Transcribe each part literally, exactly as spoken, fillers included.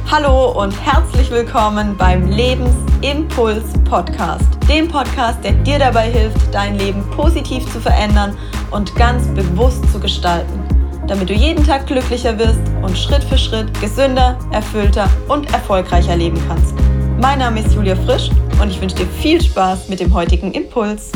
Hallo und herzlich willkommen beim Lebensimpuls Podcast, dem Podcast, der dir dabei hilft, dein Leben positiv zu verändern und ganz bewusst zu gestalten, damit du jeden Tag glücklicher wirst und Schritt für Schritt gesünder, erfüllter und erfolgreicher leben kannst. Mein Name ist Julia Frisch und ich wünsche dir viel Spaß mit dem heutigen Impuls.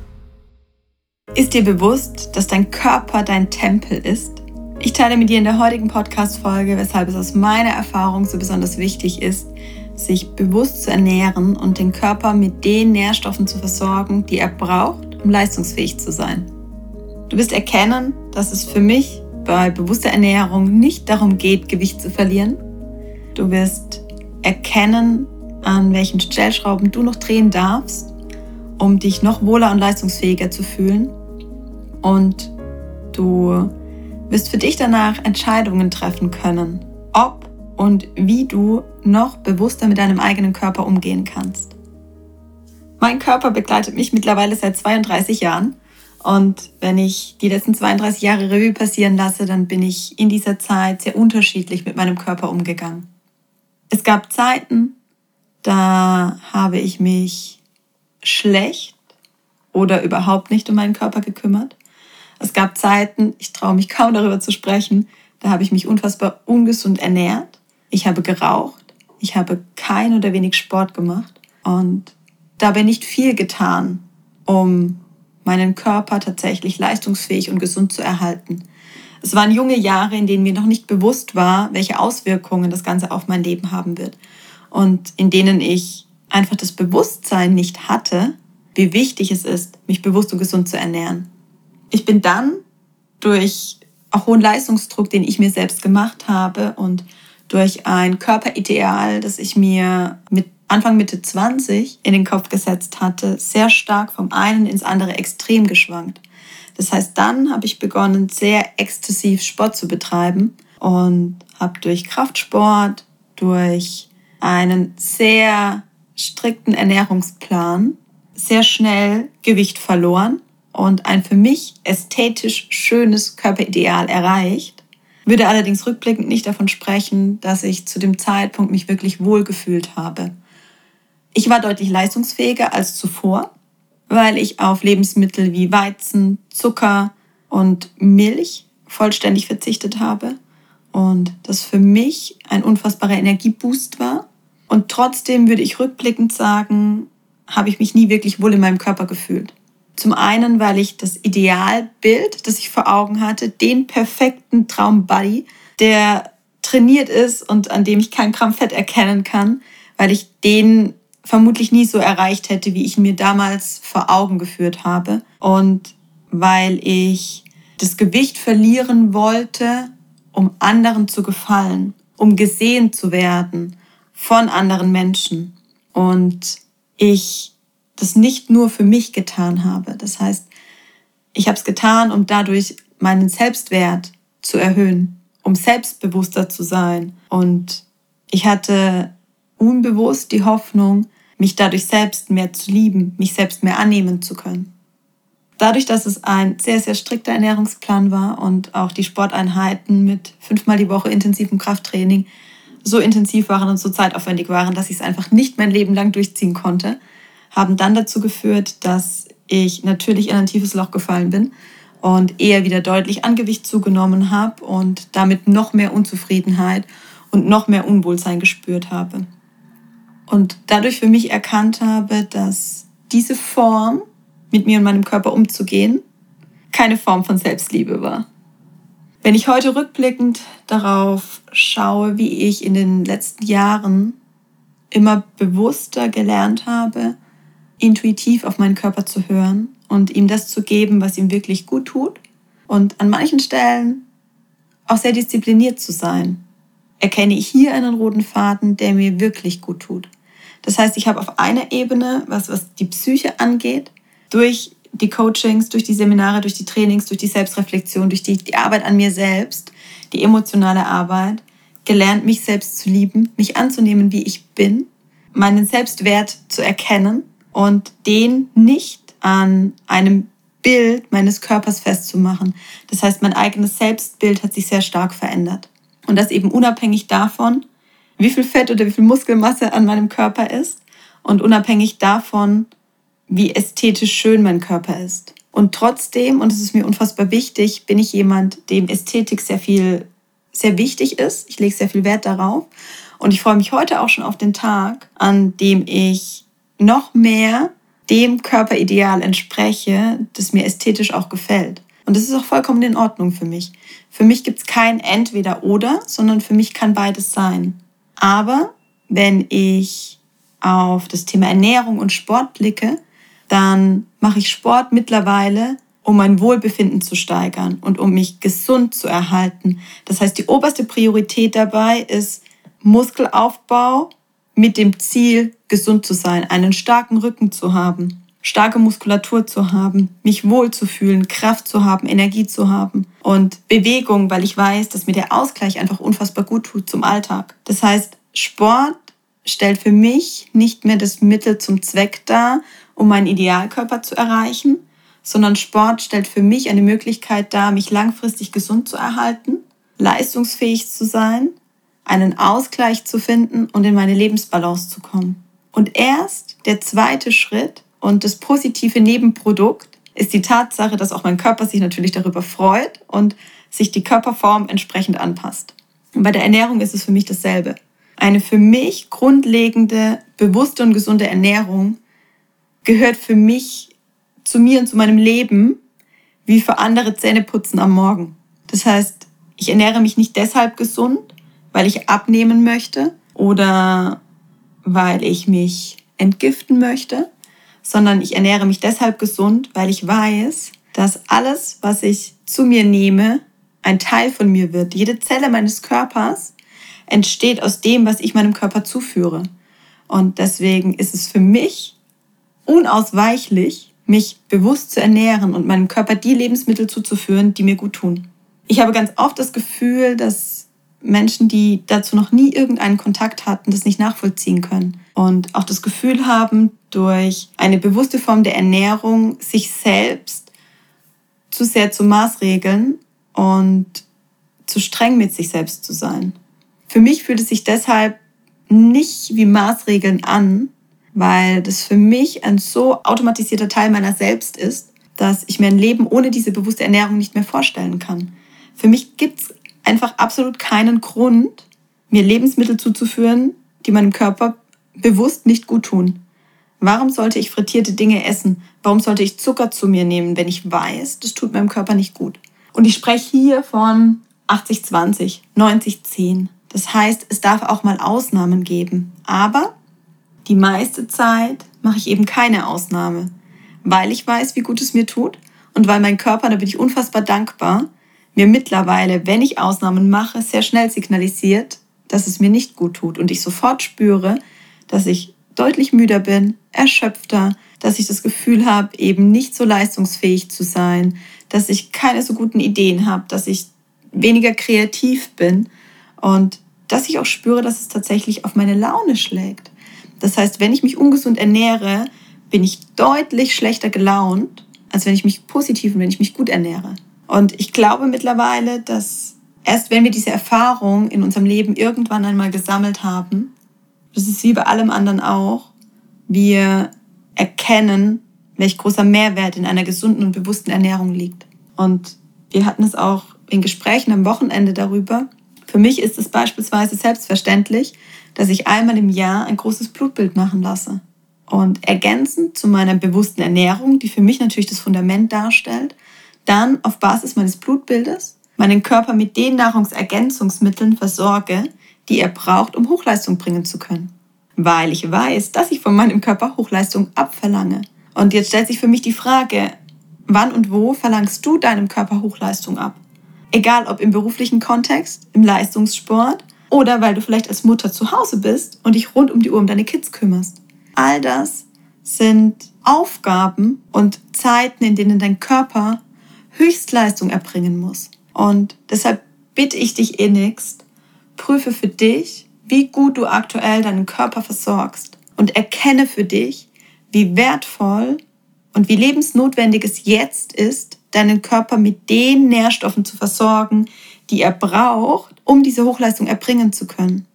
Ist dir bewusst, dass dein Körper dein Tempel ist? Ich teile mit dir in der heutigen Podcast-Folge, weshalb es aus meiner Erfahrung so besonders wichtig ist, sich bewusst zu ernähren und den Körper mit den Nährstoffen zu versorgen, die er braucht, um leistungsfähig zu sein. Du wirst erkennen, dass es für mich bei bewusster Ernährung nicht darum geht, Gewicht zu verlieren. Du wirst erkennen, an welchen Stellschrauben du noch drehen darfst, um dich noch wohler und leistungsfähiger zu fühlen. Und du wirst für dich danach Entscheidungen treffen können, ob und wie du noch bewusster mit deinem eigenen Körper umgehen kannst. Mein Körper begleitet mich mittlerweile seit zweiunddreißig Jahren und wenn ich die letzten zweiunddreißig Jahre Revue passieren lasse, dann bin ich in dieser Zeit sehr unterschiedlich mit meinem Körper umgegangen. Es gab Zeiten, da habe ich mich schlecht oder überhaupt nicht um meinen Körper gekümmert. Es gab Zeiten, ich traue mich kaum darüber zu sprechen, da habe ich mich unfassbar ungesund ernährt. Ich habe geraucht, ich habe kein oder wenig Sport gemacht und dabei nicht viel getan, um meinen Körper tatsächlich leistungsfähig und gesund zu erhalten. Es waren junge Jahre, in denen mir noch nicht bewusst war, welche Auswirkungen das Ganze auf mein Leben haben wird und in denen ich einfach das Bewusstsein nicht hatte, wie wichtig es ist, mich bewusst und gesund zu ernähren. Ich bin dann durch auch hohen Leistungsdruck, den ich mir selbst gemacht habe und durch ein Körperideal, das ich mir mit Anfang Mitte zwanzig in den Kopf gesetzt hatte, sehr stark vom einen ins andere Extrem geschwankt. Das heißt, dann habe ich begonnen, sehr exzessiv Sport zu betreiben und habe durch Kraftsport, durch einen sehr strikten Ernährungsplan sehr schnell Gewicht verloren und ein für mich ästhetisch schönes Körperideal erreicht, würde allerdings rückblickend nicht davon sprechen, dass ich zu dem Zeitpunkt mich wirklich wohlgefühlt habe. Ich war deutlich leistungsfähiger als zuvor, weil ich auf Lebensmittel wie Weizen, Zucker und Milch vollständig verzichtet habe und das für mich ein unfassbarer Energieboost war. Und trotzdem würde ich rückblickend sagen, habe ich mich nie wirklich wohl in meinem Körper gefühlt. Zum einen, weil ich das Idealbild, das ich vor Augen hatte, den perfekten Traumbody, der trainiert ist und an dem ich kein Gramm Fett erkennen kann, weil ich den vermutlich nie so erreicht hätte, wie ich ihn mir damals vor Augen geführt habe. Und weil ich das Gewicht verlieren wollte, um anderen zu gefallen, um gesehen zu werden von anderen Menschen. Und ich das nicht nur für mich getan habe. Das heißt, ich habe es getan, um dadurch meinen Selbstwert zu erhöhen, um selbstbewusster zu sein. Und ich hatte unbewusst die Hoffnung, mich dadurch selbst mehr zu lieben, mich selbst mehr annehmen zu können. Dadurch, dass es ein sehr, sehr strikter Ernährungsplan war und auch die Sporteinheiten mit fünfmal die Woche intensivem Krafttraining so intensiv waren und so zeitaufwendig waren, dass ich es einfach nicht mein Leben lang durchziehen konnte, haben dann dazu geführt, dass ich natürlich in ein tiefes Loch gefallen bin und eher wieder deutlich an Gewicht zugenommen habe und damit noch mehr Unzufriedenheit und noch mehr Unwohlsein gespürt habe. Und dadurch für mich erkannt habe, dass diese Form, mit mir und meinem Körper umzugehen, keine Form von Selbstliebe war. Wenn ich heute rückblickend darauf schaue, wie ich in den letzten Jahren immer bewusster gelernt habe, intuitiv auf meinen Körper zu hören und ihm das zu geben, was ihm wirklich gut tut und an manchen Stellen auch sehr diszipliniert zu sein, erkenne ich hier einen roten Faden, der mir wirklich gut tut. Das heißt, ich habe auf einer Ebene, was, was die Psyche angeht, durch die Coachings, durch die Seminare, durch die Trainings, durch die Selbstreflexion, durch die, die Arbeit an mir selbst, die emotionale Arbeit, gelernt, mich selbst zu lieben, mich anzunehmen, wie ich bin, meinen Selbstwert zu erkennen und den nicht an einem Bild meines Körpers festzumachen. Das heißt, mein eigenes Selbstbild hat sich sehr stark verändert. Und das eben unabhängig davon, wie viel Fett oder wie viel Muskelmasse an meinem Körper ist und unabhängig davon, wie ästhetisch schön mein Körper ist. Und trotzdem, und es ist mir unfassbar wichtig, bin ich jemand, dem Ästhetik sehr viel, sehr wichtig ist. Ich lege sehr viel Wert darauf. Und ich freue mich heute auch schon auf den Tag, an dem ich noch mehr dem Körperideal entspreche, das mir ästhetisch auch gefällt. Und das ist auch vollkommen in Ordnung für mich. Für mich gibt es kein Entweder-Oder, sondern für mich kann beides sein. Aber wenn ich auf das Thema Ernährung und Sport blicke, dann mache ich Sport mittlerweile, um mein Wohlbefinden zu steigern und um mich gesund zu erhalten. Das heißt, die oberste Priorität dabei ist Muskelaufbau mit dem Ziel, gesund zu sein, einen starken Rücken zu haben, starke Muskulatur zu haben, mich wohlzufühlen, Kraft zu haben, Energie zu haben und Bewegung, weil ich weiß, dass mir der Ausgleich einfach unfassbar gut tut zum Alltag. Das heißt, Sport stellt für mich nicht mehr das Mittel zum Zweck dar, um meinen Idealkörper zu erreichen, sondern Sport stellt für mich eine Möglichkeit dar, mich langfristig gesund zu erhalten, leistungsfähig zu sein, einen Ausgleich zu finden und in meine Lebensbalance zu kommen. Und erst der zweite Schritt und das positive Nebenprodukt ist die Tatsache, dass auch mein Körper sich natürlich darüber freut und sich die Körperform entsprechend anpasst. Und bei der Ernährung ist es für mich dasselbe. Eine für mich grundlegende, bewusste und gesunde Ernährung gehört für mich zu mir und zu meinem Leben wie für andere Zähneputzen am Morgen. Das heißt, ich ernähre mich nicht deshalb gesund, weil ich abnehmen möchte oder weil ich mich entgiften möchte, sondern ich ernähre mich deshalb gesund, weil ich weiß, dass alles, was ich zu mir nehme, ein Teil von mir wird. Jede Zelle meines Körpers entsteht aus dem, was ich meinem Körper zuführe. Und deswegen ist es für mich unausweichlich, mich bewusst zu ernähren und meinem Körper die Lebensmittel zuzuführen, die mir gut tun. Ich habe ganz oft das Gefühl, dass Menschen, die dazu noch nie irgendeinen Kontakt hatten, das nicht nachvollziehen können. Und auch das Gefühl haben, durch eine bewusste Form der Ernährung sich selbst zu sehr zu maßregeln und zu streng mit sich selbst zu sein. Für mich fühlt es sich deshalb nicht wie Maßregeln an, weil das für mich ein so automatisierter Teil meiner selbst ist, dass ich mir ein Leben ohne diese bewusste Ernährung nicht mehr vorstellen kann. Für mich gibt es einfach absolut keinen Grund, mir Lebensmittel zuzuführen, die meinem Körper bewusst nicht gut tun. Warum sollte ich frittierte Dinge essen? Warum sollte ich Zucker zu mir nehmen, wenn ich weiß, das tut meinem Körper nicht gut? Und ich spreche hier von achtzig zwanzig, neunzig zehn. Das heißt, es darf auch mal Ausnahmen geben. Aber die meiste Zeit mache ich eben keine Ausnahme, weil ich weiß, wie gut es mir tut und weil mein Körper, da bin ich unfassbar dankbar, mir mittlerweile, wenn ich Ausnahmen mache, sehr schnell signalisiert, dass es mir nicht gut tut und ich sofort spüre, dass ich deutlich müder bin, erschöpfter, dass ich das Gefühl habe, eben nicht so leistungsfähig zu sein, dass ich keine so guten Ideen habe, dass ich weniger kreativ bin und dass ich auch spüre, dass es tatsächlich auf meine Laune schlägt. Das heißt, wenn ich mich ungesund ernähre, bin ich deutlich schlechter gelaunt, als wenn ich mich positiv und wenn ich mich gut ernähre. Und ich glaube mittlerweile, dass erst wenn wir diese Erfahrung in unserem Leben irgendwann einmal gesammelt haben, das ist wie bei allem anderen auch, wir erkennen, welch großer Mehrwert in einer gesunden und bewussten Ernährung liegt. Und wir hatten es auch in Gesprächen am Wochenende darüber. Für mich ist es beispielsweise selbstverständlich, dass ich einmal im Jahr ein großes Blutbild machen lasse. Und ergänzend zu meiner bewussten Ernährung, die für mich natürlich das Fundament darstellt, dann auf Basis meines Blutbildes meinen Körper mit den Nahrungsergänzungsmitteln versorge, die er braucht, um Hochleistung bringen zu können. Weil ich weiß, dass ich von meinem Körper Hochleistung abverlange. Und jetzt stellt sich für mich die Frage, wann und wo verlangst du deinem Körper Hochleistung ab? Egal ob im beruflichen Kontext, im Leistungssport oder weil du vielleicht als Mutter zu Hause bist und dich rund um die Uhr um deine Kids kümmerst. All das sind Aufgaben und Zeiten, in denen dein Körper Höchstleistung erbringen muss. Und deshalb bitte ich dich innigst, prüfe für dich, wie gut du aktuell deinen Körper versorgst und erkenne für dich, wie wertvoll und wie lebensnotwendig es jetzt ist, deinen Körper mit den Nährstoffen zu versorgen, die er braucht, um diese Hochleistung erbringen zu können.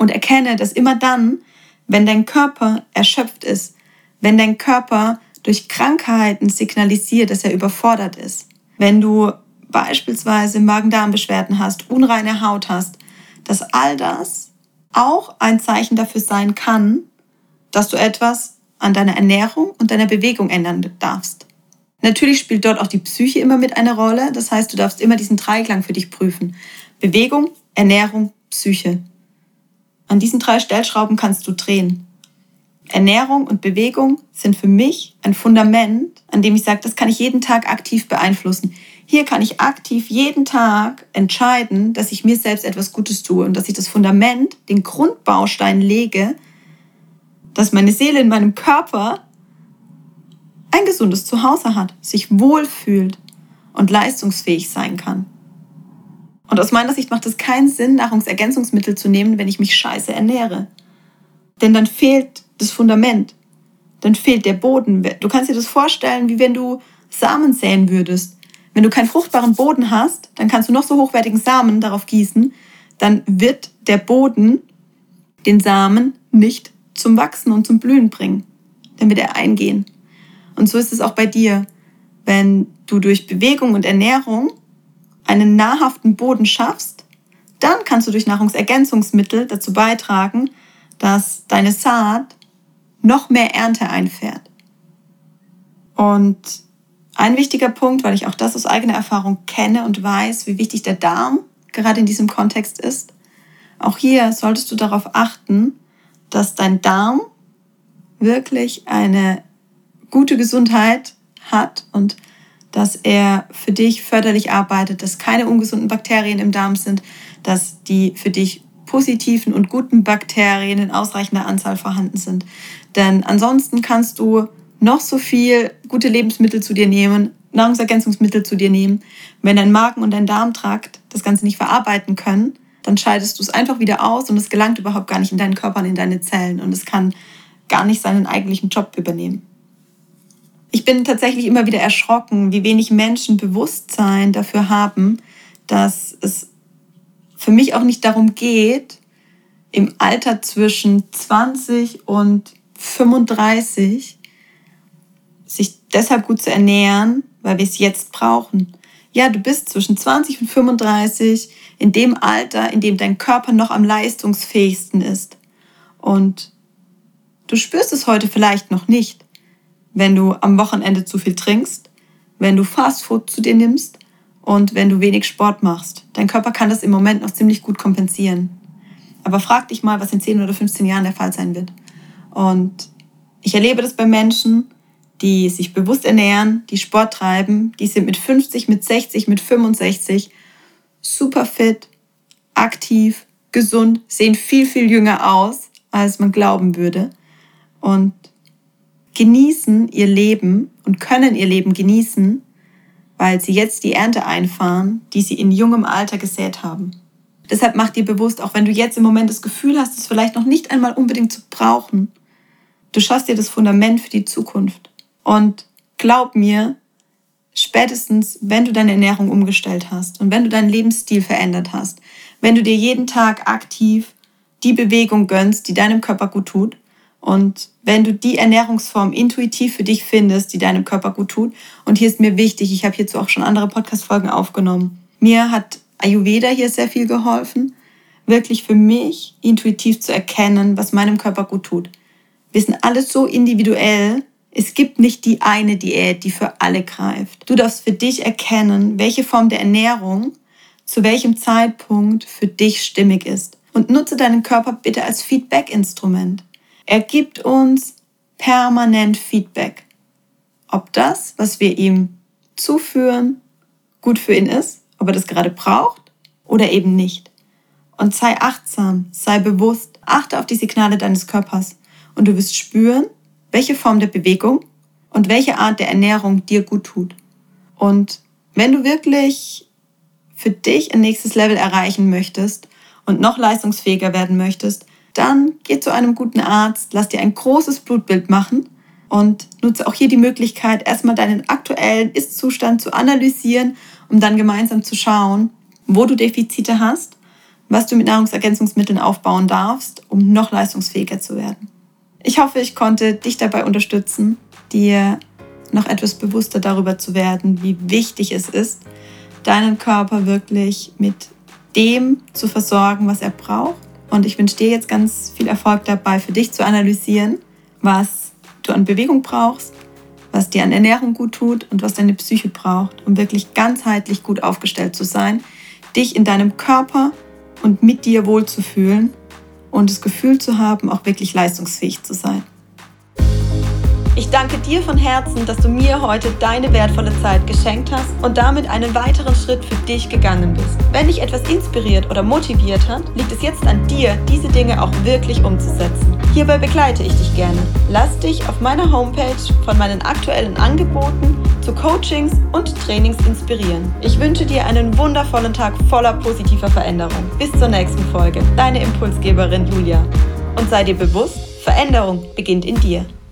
Und erkenne, dass immer dann, wenn dein Körper erschöpft ist, wenn dein Körper durch Krankheiten signalisiert, dass er überfordert ist, wenn du beispielsweise Magen-Darm-Beschwerden hast, unreine Haut hast, dass all das auch ein Zeichen dafür sein kann, dass du etwas an deiner Ernährung und deiner Bewegung ändern darfst. Natürlich spielt dort auch die Psyche immer mit eine Rolle. Das heißt, du darfst immer diesen Dreiklang für dich prüfen. Bewegung, Ernährung, Psyche. An diesen drei Stellschrauben kannst du drehen. Ernährung und Bewegung sind für mich ein Fundament, an dem ich sage, das kann ich jeden Tag aktiv beeinflussen. Hier kann ich aktiv jeden Tag entscheiden, dass ich mir selbst etwas Gutes tue und dass ich das Fundament, den Grundbaustein lege, dass meine Seele in meinem Körper ein gesundes Zuhause hat, sich wohlfühlt und leistungsfähig sein kann. Und aus meiner Sicht macht es keinen Sinn, Nahrungsergänzungsmittel zu nehmen, wenn ich mich scheiße ernähre. Denn dann fehlt das Fundament, dann fehlt der Boden. Du kannst dir das vorstellen, wie wenn du Samen säen würdest. Wenn du keinen fruchtbaren Boden hast, dann kannst du noch so hochwertigen Samen darauf gießen, dann wird der Boden den Samen nicht zum Wachsen und zum Blühen bringen. Dann wird er eingehen. Und so ist es auch bei dir. Wenn du durch Bewegung und Ernährung einen nahrhaften Boden schaffst, dann kannst du durch Nahrungsergänzungsmittel dazu beitragen, dass deine Saat noch mehr Ernte einfährt. Und ein wichtiger Punkt, weil ich auch das aus eigener Erfahrung kenne und weiß, wie wichtig der Darm gerade in diesem Kontext ist. Auch hier solltest du darauf achten, dass dein Darm wirklich eine gute Gesundheit hat und dass er für dich förderlich arbeitet, dass keine ungesunden Bakterien im Darm sind, dass die für dich positiven und guten Bakterien in ausreichender Anzahl vorhanden sind. Denn ansonsten kannst du noch so viel gute Lebensmittel zu dir nehmen, Nahrungsergänzungsmittel zu dir nehmen. Wenn dein Magen und dein Darmtrakt das Ganze nicht verarbeiten können, dann scheidest du es einfach wieder aus und es gelangt überhaupt gar nicht in deinen Körper und in deine Zellen und es kann gar nicht seinen eigentlichen Job übernehmen. Ich bin tatsächlich immer wieder erschrocken, wie wenig Menschen Bewusstsein dafür haben, dass es für mich auch nicht darum geht, im Alter zwischen zwanzig und fünfunddreißig sich deshalb gut zu ernähren, weil wir es jetzt brauchen. Ja, du bist zwischen zwanzig und fünfunddreißig in dem Alter, in dem dein Körper noch am leistungsfähigsten ist. Und du spürst es heute vielleicht noch nicht, wenn du am Wochenende zu viel trinkst, wenn du Fastfood zu dir nimmst und wenn du wenig Sport machst. Dein Körper kann das im Moment noch ziemlich gut kompensieren. Aber frag dich mal, was in zehn oder fünfzehn Jahren der Fall sein wird. Und ich erlebe das bei Menschen, die sich bewusst ernähren, die Sport treiben, die sind mit fünfzig, mit sechzig, mit fünfundsechzig super fit, aktiv, gesund, sehen viel, viel jünger aus, als man glauben würde und genießen ihr Leben und können ihr Leben genießen, weil sie jetzt die Ernte einfahren, die sie in jungem Alter gesät haben. Deshalb mach dir bewusst, auch wenn du jetzt im Moment das Gefühl hast, es vielleicht noch nicht einmal unbedingt zu brauchen, du schaffst dir das Fundament für die Zukunft. Und glaub mir, spätestens, wenn du deine Ernährung umgestellt hast und wenn du deinen Lebensstil verändert hast, wenn du dir jeden Tag aktiv die Bewegung gönnst, die deinem Körper gut tut und wenn du die Ernährungsform intuitiv für dich findest, die deinem Körper gut tut, und hier ist mir wichtig, ich habe hierzu auch schon andere Podcast-Folgen aufgenommen, mir hat Ayurveda hier sehr viel geholfen, wirklich für mich intuitiv zu erkennen, was meinem Körper gut tut. Wir sind alles so individuell. Es gibt nicht die eine Diät, die für alle greift. Du darfst für dich erkennen, welche Form der Ernährung zu welchem Zeitpunkt für dich stimmig ist. Und nutze deinen Körper bitte als Feedback-Instrument. Er gibt uns permanent Feedback. Ob das, was wir ihm zuführen, gut für ihn ist, ob er das gerade braucht oder eben nicht. Und sei achtsam, sei bewusst, achte auf die Signale deines Körpers und du wirst spüren, welche Form der Bewegung und welche Art der Ernährung dir gut tut. Und wenn du wirklich für dich ein nächstes Level erreichen möchtest und noch leistungsfähiger werden möchtest, dann geh zu einem guten Arzt, lass dir ein großes Blutbild machen und nutze auch hier die Möglichkeit, erstmal deinen aktuellen Ist-Zustand zu analysieren, um dann gemeinsam zu schauen, wo du Defizite hast, was du mit Nahrungsergänzungsmitteln aufbauen darfst, um noch leistungsfähiger zu werden. Ich hoffe, ich konnte dich dabei unterstützen, dir noch etwas bewusster darüber zu werden, wie wichtig es ist, deinen Körper wirklich mit dem zu versorgen, was er braucht. Und ich wünsche dir jetzt ganz viel Erfolg dabei, für dich zu analysieren, was du an Bewegung brauchst, was dir an Ernährung gut tut und was deine Psyche braucht, um wirklich ganzheitlich gut aufgestellt zu sein, dich in deinem Körper und mit dir wohlzufühlen und das Gefühl zu haben, auch wirklich leistungsfähig zu sein. Ich danke dir von Herzen, dass du mir heute deine wertvolle Zeit geschenkt hast und damit einen weiteren Schritt für dich gegangen bist. Wenn dich etwas inspiriert oder motiviert hat, liegt es jetzt an dir, diese Dinge auch wirklich umzusetzen. Hierbei begleite ich dich gerne. Lass dich auf meiner Homepage von meinen aktuellen Angeboten zu Coachings und Trainings inspirieren. Ich wünsche dir einen wundervollen Tag voller positiver Veränderung. Bis zur nächsten Folge. Deine Impulsgeberin Julia. Und sei dir bewusst, Veränderung beginnt in dir.